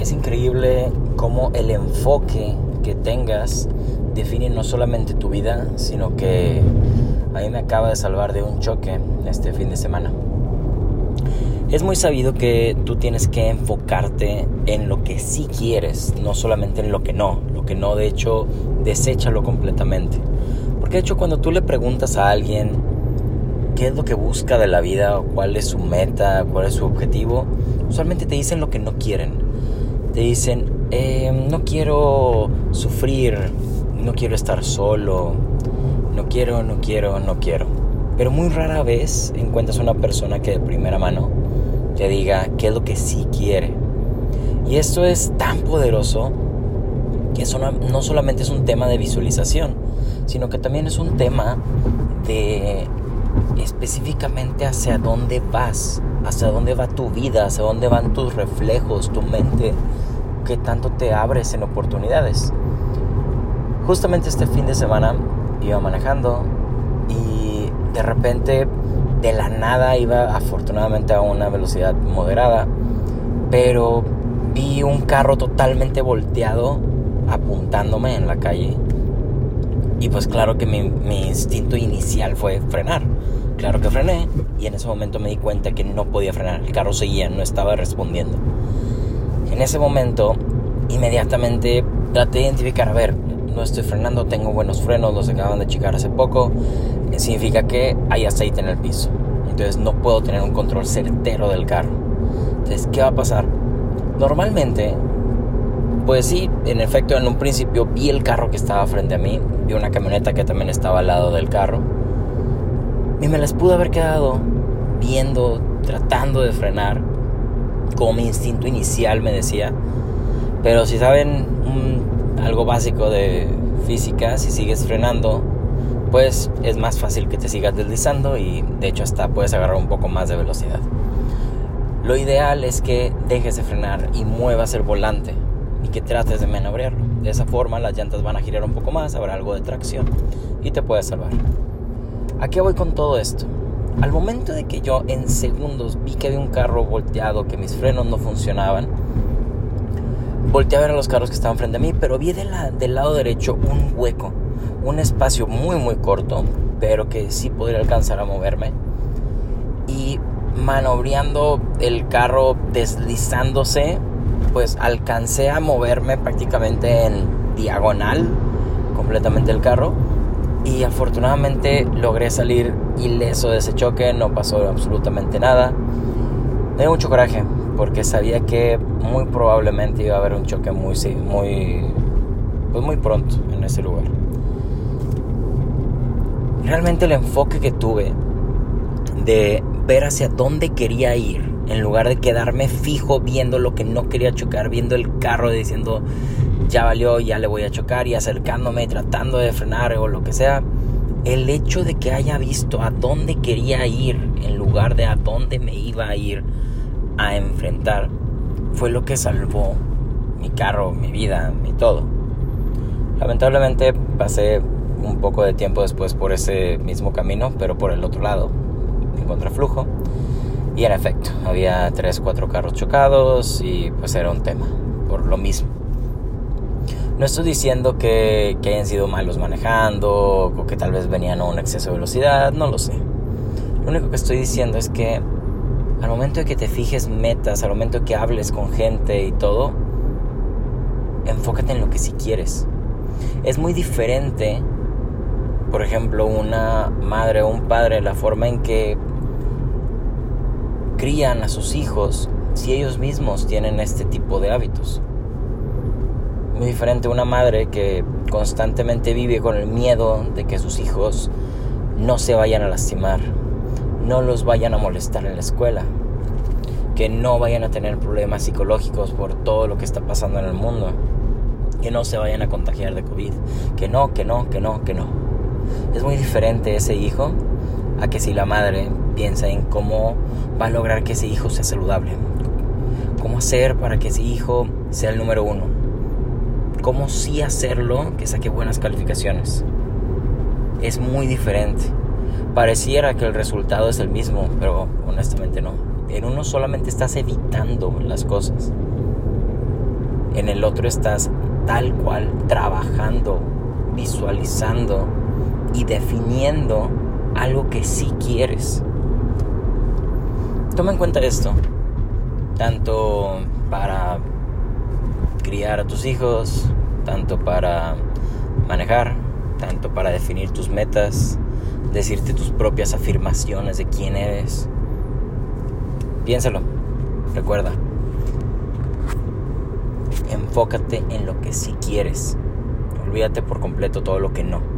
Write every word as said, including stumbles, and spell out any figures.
Es increíble cómo el enfoque que tengas define no solamente tu vida, sino que a mí me acaba de salvar de un choque este fin de semana. Es muy sabido que tú tienes que enfocarte en lo que sí quieres, no solamente en lo que no. Lo que no, de hecho, deséchalo completamente. Porque de hecho, cuando tú le preguntas a alguien qué es lo que busca de la vida, o cuál es su meta, cuál es su objetivo, usualmente te dicen lo que no quieren. Te dicen, eh, no quiero sufrir, no quiero estar solo, no quiero, no quiero, no quiero. Pero muy rara vez encuentras una persona que de primera mano te diga qué es lo que sí quiere. Y esto es tan poderoso que eso no, no solamente es un tema de visualización, sino que también es un tema de específicamente hacia dónde vas, hacia dónde va tu vida, hacia dónde van tus reflejos, tu mente, qué tanto te abres en oportunidades. Justamente este fin de semana iba manejando y de repente, de la nada, iba afortunadamente a una velocidad moderada, pero vi un carro totalmente volteado apuntándome en la calle. Y pues claro que mi, mi instinto inicial fue frenar. Claro que frené y en ese momento me di cuenta que no podía frenar. El carro seguía, no estaba respondiendo. En ese momento, inmediatamente traté de identificar, a ver, no estoy frenando, tengo buenos frenos, los acaban de checar hace poco. Significa que hay aceite en el piso, entonces no puedo tener un control certero del carro. Entonces, ¿qué va a pasar? Normalmente, pues sí, en efecto, en un principio vi el carro que estaba frente a mí, vi una camioneta que también estaba al lado del carro, y me las pude haber quedado viendo, tratando de frenar, como mi instinto inicial me decía. Pero si saben un, algo básico de física, si sigues frenando, pues es más fácil que te sigas deslizando y de hecho hasta puedes agarrar un poco más de velocidad. Lo ideal es que dejes de frenar y muevas el volante y que trates de maniobrarlo. De esa forma las llantas van a girar un poco más, habrá algo de tracción y te puedes salvar. ¿A qué voy con todo esto? Al momento de que yo en segundos vi que había un carro volteado, que mis frenos no funcionaban, volteé a ver a los carros que estaban frente a mí, pero vi de la, del lado derecho un hueco, un espacio muy muy corto, pero que sí podría alcanzar a moverme. Y maniobrando el carro, deslizándose, pues alcancé a moverme prácticamente en diagonal completamente el carro. Y afortunadamente logré salir ileso de ese choque, no pasó absolutamente nada. Me dio mucho coraje porque sabía que muy probablemente iba a haber un choque muy, muy, pues muy pronto en ese lugar. Realmente el enfoque que tuve de ver hacia dónde quería ir, en lugar de quedarme fijo viendo lo que no quería chocar, viendo el carro diciendo ya valió, ya le voy a chocar, y acercándome, tratando de frenar o lo que sea, el hecho de que haya visto a dónde quería ir en lugar de a dónde me iba a ir a enfrentar fue lo que salvó mi carro, mi vida, mi todo. Lamentablemente pasé un poco de tiempo después por ese mismo camino, pero por el otro lado, en contraflujo, y en efecto había tres, cuatro carros chocados y pues era un tema por lo mismo. No estoy diciendo que, que hayan sido malos manejando o que tal vez venían a un exceso de velocidad, no lo sé. Lo único que estoy diciendo es que al momento de que te fijes metas, al momento de que hables con gente y todo, enfócate en lo que sí quieres. Es muy diferente, por ejemplo, una madre o un padre, la forma en que crían a sus hijos si ellos mismos tienen este tipo de hábitos. Muy diferente una madre que constantemente vive con el miedo de que sus hijos no se vayan a lastimar, no los vayan a molestar en la escuela, que no vayan a tener problemas psicológicos por todo lo que está pasando en el mundo, que no se vayan a contagiar de COVID, que no, que no, que no, que no. Es muy diferente ese hijo a que si la madre piensa en cómo va a lograr que ese hijo sea saludable, cómo hacer para que ese hijo sea el número uno, cómo sí hacerlo que saque buenas calificaciones. Es muy diferente. Pareciera que el resultado es el mismo, pero honestamente no. En uno solamente estás evitando las cosas. En el otro estás tal cual trabajando, visualizando y definiendo algo que sí quieres. Toma en cuenta esto, tanto para criar a tus hijos, tanto para manejar, tanto para definir tus metas, decirte tus propias afirmaciones de quién eres. Piénsalo, recuerda, enfócate en lo que sí quieres, olvídate por completo todo lo que no.